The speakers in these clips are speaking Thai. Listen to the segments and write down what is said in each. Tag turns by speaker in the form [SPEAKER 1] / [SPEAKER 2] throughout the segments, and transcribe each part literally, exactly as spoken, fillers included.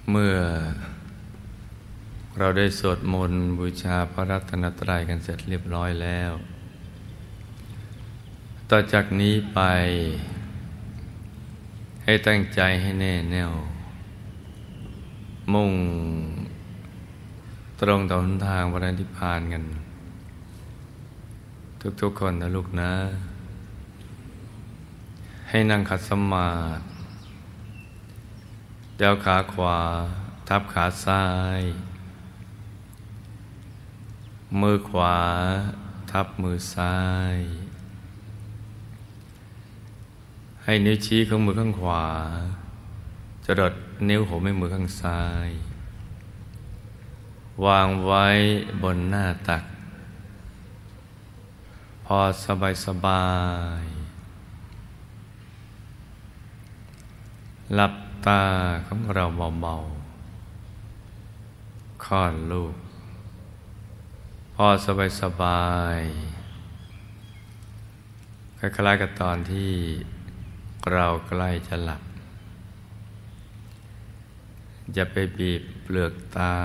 [SPEAKER 1] เมื่อเราได้สวดมนต์บูชาพระรัตนตรัยกันเสร็จเรียบร้อยแล้วต่อจากนี้ไปให้ตั้งใจให้แน่แน่วมุ่งตรงต่อหนทางพระนิพพานกันทุกๆคนนะลูกนะให้นั่งขัดสมาธิเดี่ยวขาขวาทับขาซ้ายมือขวาทับมือซ้ายให้นิ้วชี้ของมือข้างขวาจรดนิ้วหัวแม่มือข้างซ้ายวางไว้บนหน้าตักพอสบายสบายหลับตาของเราเบาๆคลอดลูกพอสบายสบายคล้ายๆกับตอนที่เราใกล้จะหลับอย่าไปบีบเปลือกตา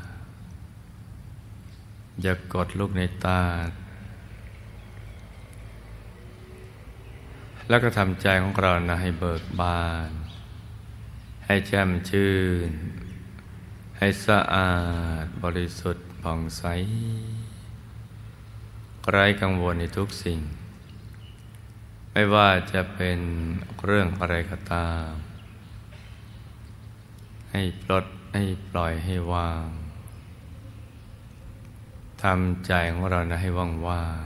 [SPEAKER 1] อย่ากดลูกในตาแล้วก็ทำใจของเรานะให้เบิกบานให้แจ่มชื่นให้สะอาดบริสุทธิ์ผ่องใสไร้กังวลในทุกสิ่งไม่ว่าจะเป็นเรื่องอะไรก็ตามให้ปลดให้ปล่อยให้วางทำใจของเรานะให้ว่าง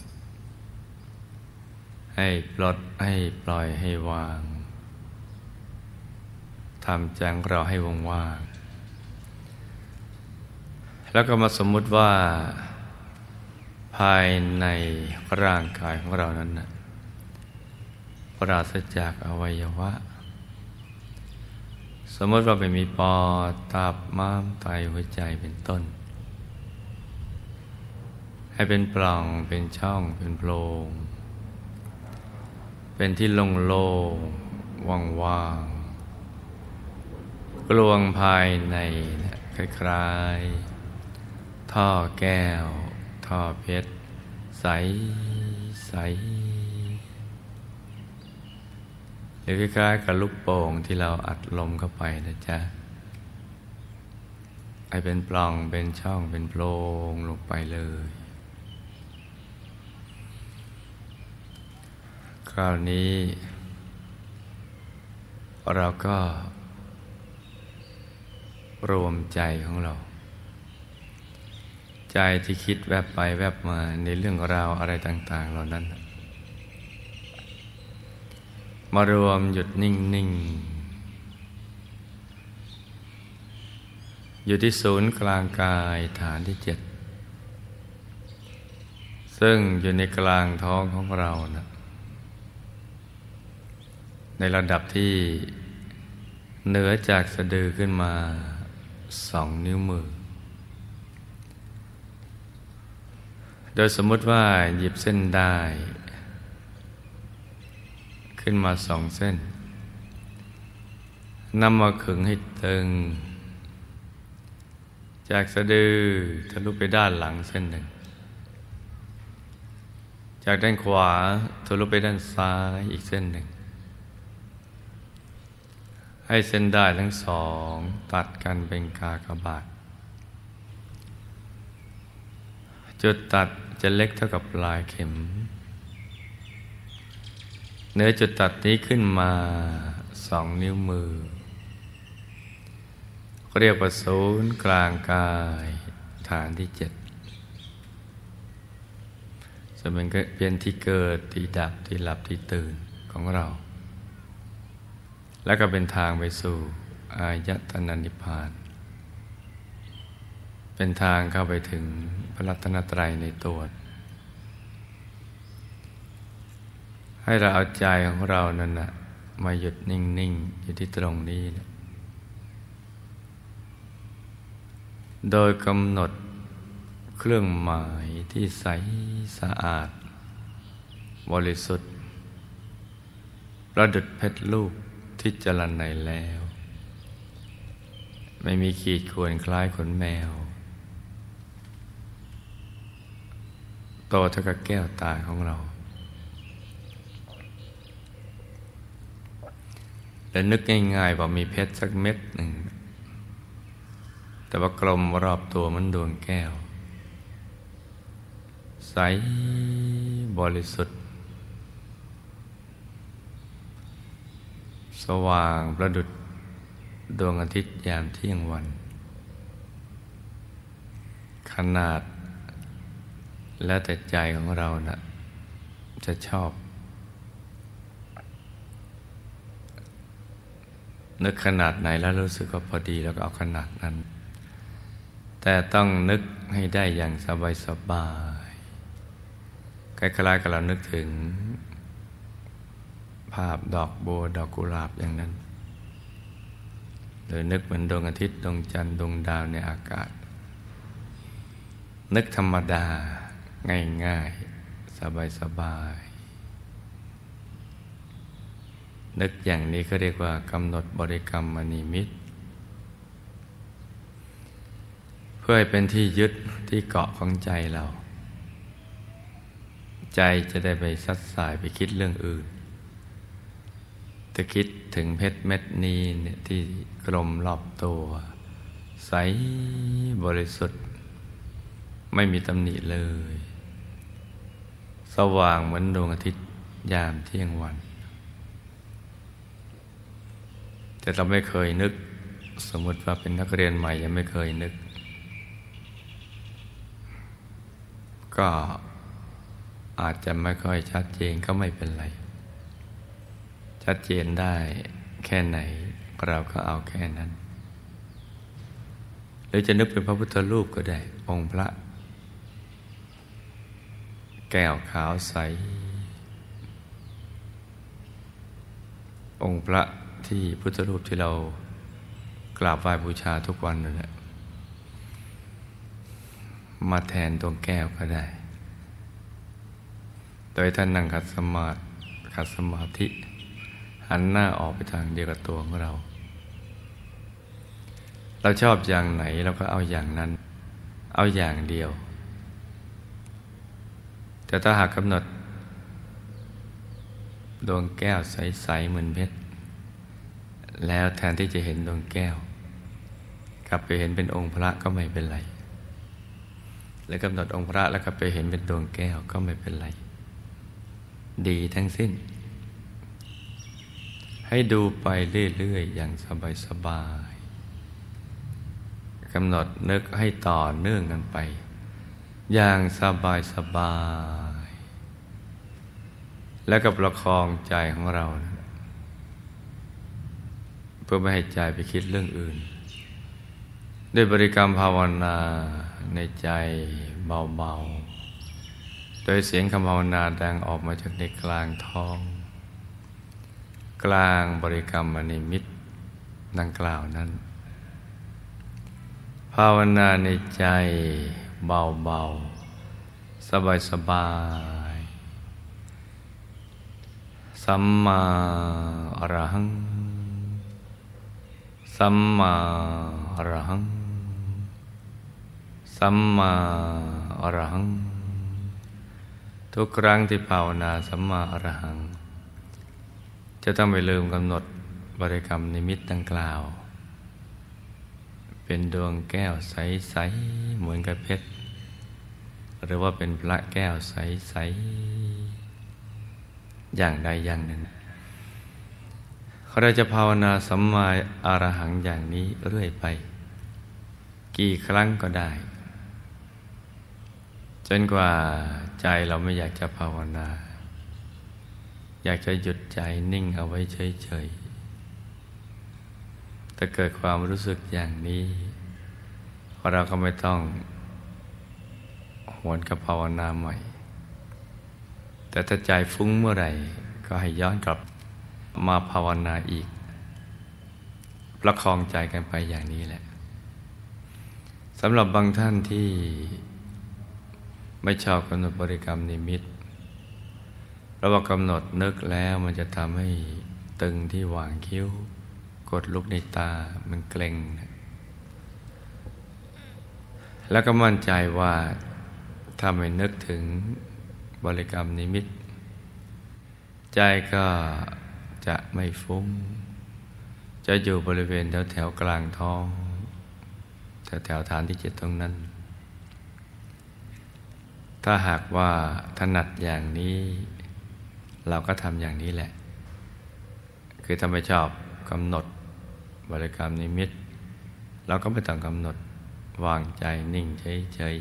[SPEAKER 1] ๆให้ปลดให้ปล่อยให้วางทำใจของเราให้ว่างๆแล้วก็มาสมมุติว่าภายในร่างกายของเรานั้นนะปราศจากอวัยวะสมมติว่าไม่มีปอดตับม้ามไตหัวใจเป็นต้นให้เป็นปล่องเป็นช่องเป็นโพรงเป็นที่โล่งๆว่างๆกลวงภายในคล้ายๆท่อแก้วท่อเพชรใสใสหรือคล้ายๆกับลูกโป่งที่เราอัดลมเข้าไปนะจ๊ะให้เป็นปล่องเป็นช่องเป็นโพรงลงไปเลยคราวนี้เราก็รวมใจของเราใจที่คิดแวบไปแวบมาในเรื่องราวอะไรต่างๆเหล่านั้นมารวมหยุดนิ่งๆอยู่ที่ศูนย์กลางกายฐานที่เจ็ดซึ่งอยู่ในกลางท้องของเรานะในระดับที่เหนือจากสะดือขึ้นมาสองนิ้วมือโดยสมมติว่าหยิบเส้นได้ขึ้นมาสองเส้นนำมาขึงให้ตึงจากสะดือทะลุไปด้านหลังเส้นหนึ่งจากด้านขวาทะลุไปด้านซ้ายอีกเส้นหนึ่งให้เส้นได้ทั้งสองตัดกันเป็นกากบาทจุดตัดจะเล็กเท่ากับปลายเข็มเนื้อจุดตัดนี้ขึ้นมาสองนิ้วมือเรียกว่าศูนย์กลางกายฐานที่เจ็ดจะเป็นเป็นที่เกิดที่ดับที่หลับที่ตื่นของเราและก็เป็นทางไปสู่อายตนะนิพพานเป็นทางเข้าไปถึงพระรัตนตรัยในตัวให้เราเอาใจของเรานั่นนะมาหยุดนิ่งๆอยู่ที่ตรงนี้นะโดยกำหนดเครื่องหมายที่ใสสะอาดบริสุทธิ์ประดุจเพชรลูกที่จรัญไนแล้วไม่มีขีดข่วนคล้ายขนแมวโตเท่ากับแก้วตาของเราและนึกง่ายๆว่ามีเพชรสักเม็ดหนึ่งแต่ว่ากลมรอบตัวมันดวงแก้วใสบริสุทธิ์สว่างประดุจดวงอาทิตย์ยามเที่ยงวันขนาดแล้วแต่ใจของเรานะจะชอบนึกขนาดไหนแล้วรู้สึกว่าพอดีแล้วก็เอาขนาดนั้นแต่ต้องนึกให้ได้อย่างสบายๆคล้ายๆกับเรานึกถึงภาพดอกบัวดอกกุหลาบอย่างนั้นหรือนึกเหมือนดวงอาทิตย์ดวงจันทร์ดวงดาวในอากาศนึกธรรมดาง่ายๆสบายๆนึกอย่างนี้เขาเรียกว่ากำหนดบริกรรมนิมิตเพื่อให้เป็นที่ยึดที่เกาะของใจเราใจจะได้ไปซัดสายไปคิดเรื่องอื่นจะคิดถึงเพชรเม็ดนี้เนี่ยที่กลมรอบตัวใสบริสุทธิ์ไม่มีตำหนิเลยสว่างเหมือนดวงอาทิตย์ยามเที่ยงวันแต่เราไม่เคยนึกสมมติว่าเป็นนักเรียนใหม่ยังไม่เคยนึกก็อาจจะไม่ค่อยชัดเจนก็ไม่เป็นไรชัดเจนได้แค่ไหนเราก็เอาแค่นั้นหรือจะนึกเป็นพระพุทธรูปก็ได้องค์พระแก้วขาวใสองค์พระที่พุทธรูปที่เรากราบไหว้บูชาทุกวันนั่นแหละมาแทนดวงแก้วก็ได้โดยท่านนั่งขัดสมาธิขัดสมาธิหันหน้าออกไปทางเดียวกับตัวของเราเราชอบอย่างไหนเราก็เอาอย่างนั้นเอาอย่างเดียวแต่ถ้าหากกำหนดดวงแก้วใสๆเหมือนเพชรแล้วแทนที่จะเห็นดวงแก้วกลับไปเห็นเป็นองค์พระก็ไม่เป็นไรแล้วกำหนดองค์พระแล้วก็ไปเห็นเป็นดวงแก้วก็ไม่เป็นไรดีทั้งสิ้นให้ดูไปเรื่อยๆอย่างสบายๆกำหนดนึกให้ต่อเนื่องกันไปอย่างสบายๆแล้วก็ประคองใจของเราเพื่อไม่ให้ใจไปคิดเรื่องอื่นด้วยบริกรรมภาวนาในใจเบาๆโดยเสียงคำภาวนาดังออกมาจากในกลางท้องกลางบริกรรมนิมิตดังกล่าวนั้นภาวนาในใจเบาๆสบายๆสัมมาอรหังสัมมาอรหังสัมมาอรหังทุกครั้งที่ภาวนาสัมมาอรหังจะต้องไม่ลืมกำหนดบริกรรมนิมิตดังกล่าวเป็นดวงแก้วใสๆเหมือนกับเพชรหรือว่าเป็นพระแก้วใสๆอย่างใดอย่างหนึ่งเราจะภาวนาสัมมาอรหังอย่างนี้เรื่อยไปกี่ครั้งก็ได้จนกว่าใจเราไม่อยากจะภาวนาอยากจะหยุดใจนิ่งเอาไว้เฉยๆถ้าเกิดความรู้สึกอย่างนี้เราก็ไม่ต้องหวนกับภาวนาใหม่แต่ถ้าใจฟุ้งเมื่อไหร่ก็ให้ย้อนกลับมาภาวนาอีกประคองใจกันไปอย่างนี้แหละสำหรับบางท่านที่ไม่ชอบกำหนดบริกรรมนิมิตเราว่ากำหนดนึกแล้วมันจะทำให้ตึงที่หว่างคิ้วกดลุกในตามันเกร็งแล้วก็มั่นใจว่าถ้าไม่นึกถึงบริกรรมนิมิตใจก็จะไม่ฟุ้งจะอยู่บริเวณแถวแถวกลางท้องแถวแถวฐานที่เจ็ดตรงนั้นถ้าหากว่าถนัดอย่างนี้เราก็ทำอย่างนี้แหละคือถ้าไม่ชอบกำหนดบริกรรมนิมิตเราก็ไม่ต้องกำหนดวางใจนิ่งเฉย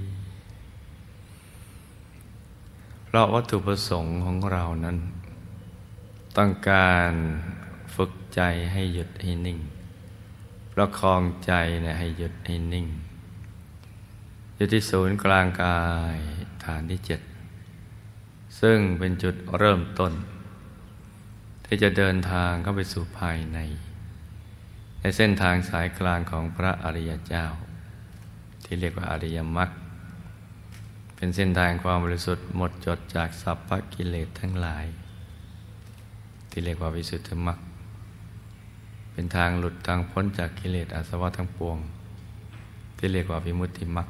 [SPEAKER 1] ๆเพราะวัตถุประสงค์ของเรานั้นต้องการฝึกใจให้หยุดให้นิ่งประคองใจเนี่ยให้หยุดให้นิ่งอยู่ที่ศูนย์กลางกายฐานที่เจ็ดซึ่งเป็นจุดเริ่มต้นที่จะเดินทางเข้าไปสู่ภายในในเส้นทางสายกลางของพระอริยเจ้าที่เรียกว่าอริยมรรคเป็นเส้นทางความบริสุทธิ์หมดจดจากสัพพกิเลสทั้งหลายที่เรียกว่าวิสุทธิมรรคเป็นทางหลุดทางพ้นจากกิเลสอาสวะทั้งปวงที่เรียกว่าวิมุตติมรรค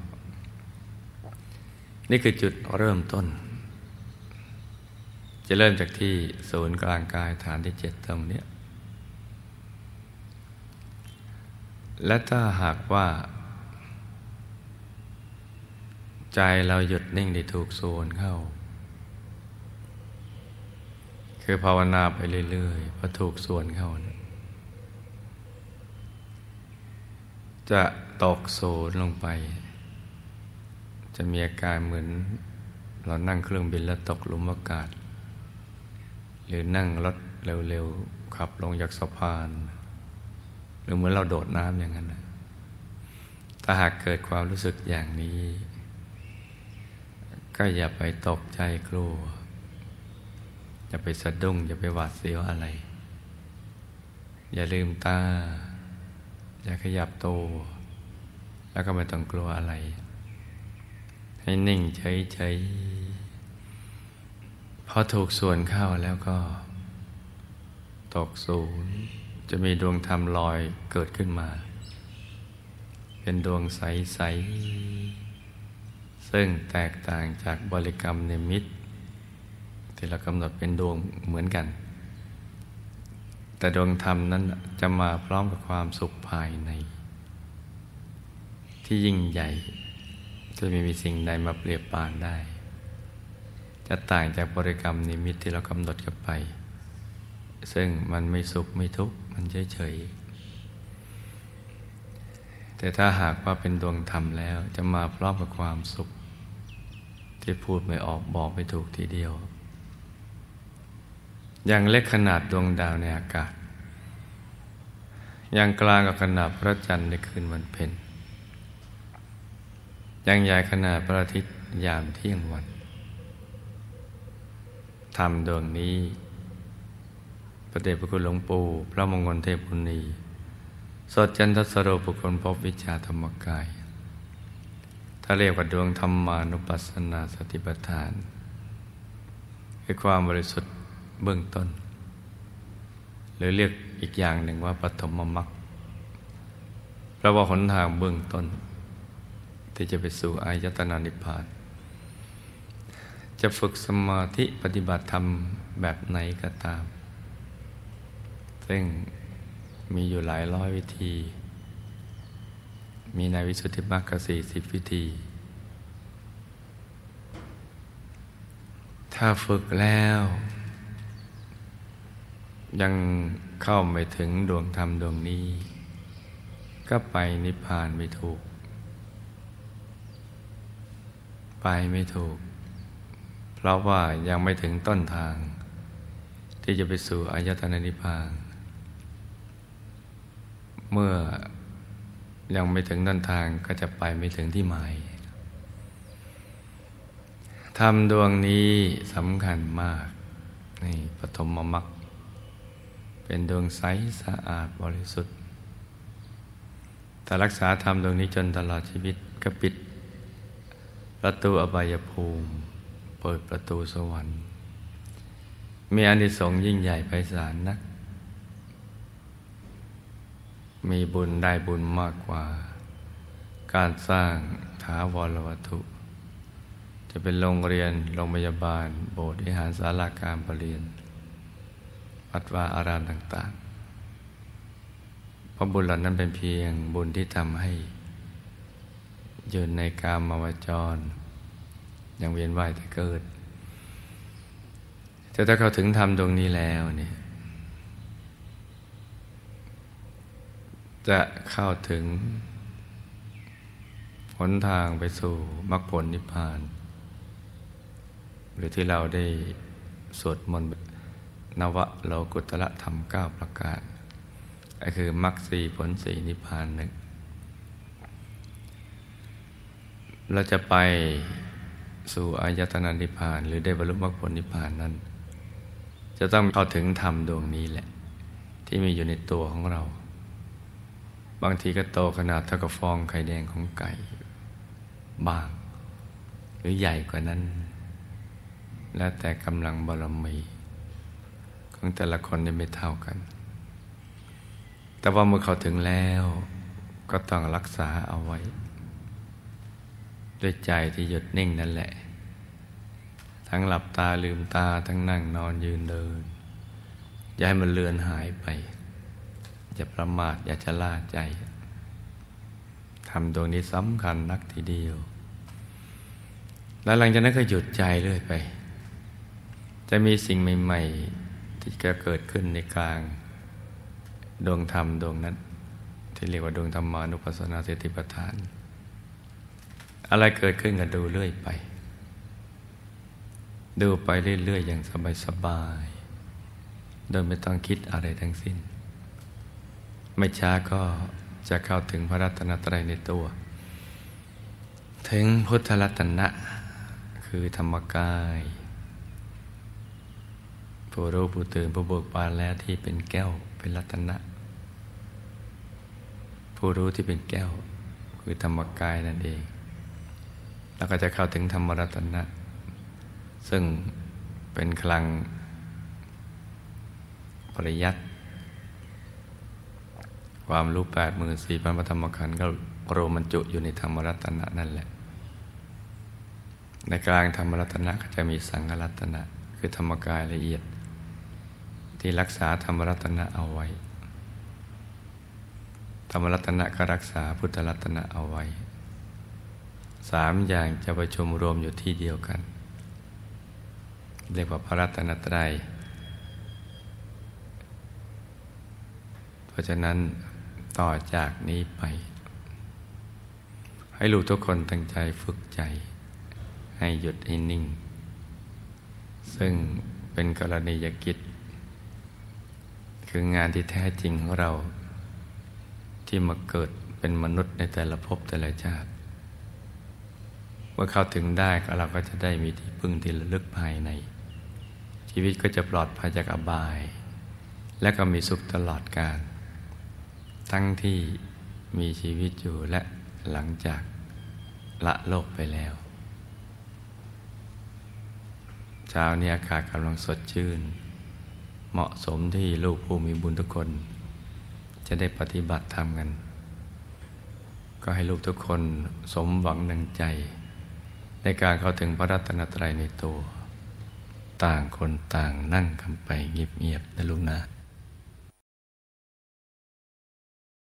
[SPEAKER 1] นี่คือจุดเริ่มต้นจะเริ่มจากที่ศูนย์กลางกายฐานที่เจ็ดตรงนี้และถ้าหากว่าใจเราหยุดนิ่งได้ถูกส่วนเข้าคือภาวนาไปเรื่อยๆพอถูกส่วนเข้านะจะตกศูนย์ลงไปจะมีอาการเหมือนเรานั่งเครื่องบินแล้วตกหลุมอากาศหรือนั่งรถเร็วๆขับลงจากสะพานหรือเหมือนเราโดดน้ำอย่างนั้นนะถ้าหากเกิดความรู้สึกอย่างนี้ก็อย่าไปตกใจกลัวอย่าไปสะดุ้งอย่าไปหวาดเสียวอะไรอย่าลืมตาอย่าขยับตัวแล้วก็ไม่ต้องกลัวอะไรให้นิ่งเฉยๆพอถูกส่วนเข้าแล้วก็ตกศูนย์จะมีดวงธรรมลอยเกิดขึ้นมาเป็นดวงใสๆซึ่งแตกต่างจากบริกรรมนิมิตที่เรากำหนดเป็นดวงเหมือนกันแต่ดวงธรรมนั้นจะมาพร้อมกับความสุขภายในที่ยิ่งใหญ่จะไม่มีสิ่งใดมาเปรียบปานได้จะต่างจากบริกรรมนิมิตที่เรากำหนดกันไปซึ่งมันไม่สุขไม่ทุกข์มันเฉยๆแต่ถ้าหากว่าเป็นดวงธรรมแล้วจะมาพร้อมกับความสุขที่พูดไม่ออกบอกไม่ถูกทีเดียวอย่างเล็กขนาดดวงดาวในอากาศอย่างกลางกับขนาดพระจันทร์ในคืนวันเพ็ญอย่างใหญ่ขนาดพระอาทิตย์ยามเที่ยงวันธรรมดวงนี้พระเดชพระคุณหลวงปู่พระมงคลเทพมุนีสดจันทสโรปุคคลพบวิชาธรรมกายถ้าเรียกว่าดวงธรรมานุปัสสนาสติปัฏฐานคือความบริสุทธิ์เบื้องต้นหรือเรียกอีกอย่างหนึ่งว่าปฐมมรรคแปลว่าหนทางเบื้องต้นที่จะไปสู่อายตนะนิพพานจะฝึกสมาธิปฏิบัติธรรมแบบไหนก็ตามซึ่งมีอยู่หลายร้อยวิธีมีในวิสุทธิมรรคสี่สิบวิธีถ้าฝึกแล้วยังเข้าไม่ถึงดวงธรรมดวงนี้ก็ไปนิพพานไม่ถูกไปไม่ถูกเพราะว่ายังไม่ถึงต้นทางที่จะไปสู่อายตนะนิพพานเมื่อยังไม่ถึงต้นทางก็จะไปไม่ถึงที่หมายธรรมดวงนี้สำคัญมากนี่ปฐมมรรคเป็นดวงใสสะอาดบริสุทธิ์แต่รักษาธรรมดวงนี้จนตลอดชีวิตก็ปิดประตูอบายภูมิเปิดประตูสวรรค์มีอานิสงส์ยิ่งใหญ่ไพศาลนักมีบุญได้บุญมากกว่าการสร้างถาวรวัตถุจะเป็นโรงเรียนโรงพยาบาลโบสถ์วิหารศาลาการประเรียนวัดวาอารามต่างๆเพราะบุญเหล่านั้นเป็นเพียงบุญที่ทำให้ยืนในกามวจรยังเวียนว่ายแต่เกิดแต่ถ้าเขาถึงธรรมดวงนี้แล้วเนี่ยจะเข้าถึงหนทางไปสู่มรรคผลนิพพานหรือที่เราได้สวดมนต์นวโลกุตระธรรมเก้าประการก็คือมรรคสี่ผลสี่นิพพานหนึ่งเราจะไปสู่อายตนะนิพพานหรือได้บรรลุมรรคผลนิพพานนั้นจะต้องเข้าถึงธรรมดวงนี้แหละที่มีอยู่ในตัวของเราบางทีก็โตขนาดเท่ากับฟองไข่แดงของไก่บ้างหรือใหญ่กว่านั้นแล้วแต่กำลังบารมีของแต่ละคนไม่เท่ากันแต่ว่าเมื่อเขาถึงแล้วก็ต้องรักษาเอาไว้ด้วยใจที่หยุดนิ่งนั่นแหละทั้งหลับตาลืมตาทั้งนั่งนอนยืนเดินอย่าให้มันเลือนหายไปอย่าประมาทอย่าชะล่าใจทำตรงนี้สำคัญนักทีเดียวแล้วหลังจากนั้นก็หยุดใจเรื่อยไปจะมีสิ่งใหม่ๆที่จะเกิดขึ้นในกลางดวงธรรมดวงนั้นที่เรียกว่าดวงธรรมานุปัสสนาสติปัฏฐานอะไรเกิดขึ้นก็ดูเรื่อยไปดูไปเรื่อยๆอย่างสบายๆโดยไม่ต้องคิดอะไรทั้งสิ้นไม่ช้าก็จะเข้าถึงพระรัตนตรัยในตัวถึงพุทธรัตนะคือธรรมกายผู้รู้ผู้ตื่นผู้เบิกบานแล้วที่เป็นแก้วเป็นรัตนะผู้รู้ที่เป็นแก้วคือธรรมกายนั่นเองแล้วก็จะเข้าถึงธรรมรัตนะซึ่งเป็นคลังปริยัติความรู้แปดหมื่นสี่พันพระธรรมขันธ์ก็รวมบรรจุอยู่ในธรรมรัตนะนั่นแหละในกลางธรรมรัตนะก็จะมีสังฆรัตนะคือธรรมกายละเอียดที่รักษาธรรมรัตนะเอาไว้ธรรมรัตนะก็รักษาพุทธรัตนะเอาไว้สามอย่างจะประชุมรวมอยู่ที่เดียวกันเรียกว่าพระรัตนตรัยเพราะฉะนั้นต่อจากนี้ไปให้ลูกทุกคนตั้งใจฝึกใจให้หยุดให้นิ่งซึ่งเป็นกรณียกิจคืองานที่แท้จริงของเราที่มาเกิดเป็นมนุษย์ในแต่ละภพแต่ละชาติเมื่อเข้าถึงได้ก็เราก็จะได้มีที่พึ่งที่ระลึกภายในชีวิตก็จะปลอดภัยจากอบายและก็มีสุขตลอดกาลทั้งที่มีชีวิตอยู่และหลังจากละโลกไปแล้วเช้านี้อากาศกำลังสดชื่นเหมาะสมที่ลูกผู้มีบุญทุกคนจะได้ปฏิบัติธรรมกันก็ให้ลูกทุกคนสมหวังดังใจในการเข้าถึงพระรัตนตรัยในตัวต่างคนต่างนั่งกันไปเงียบๆนะลูกนะ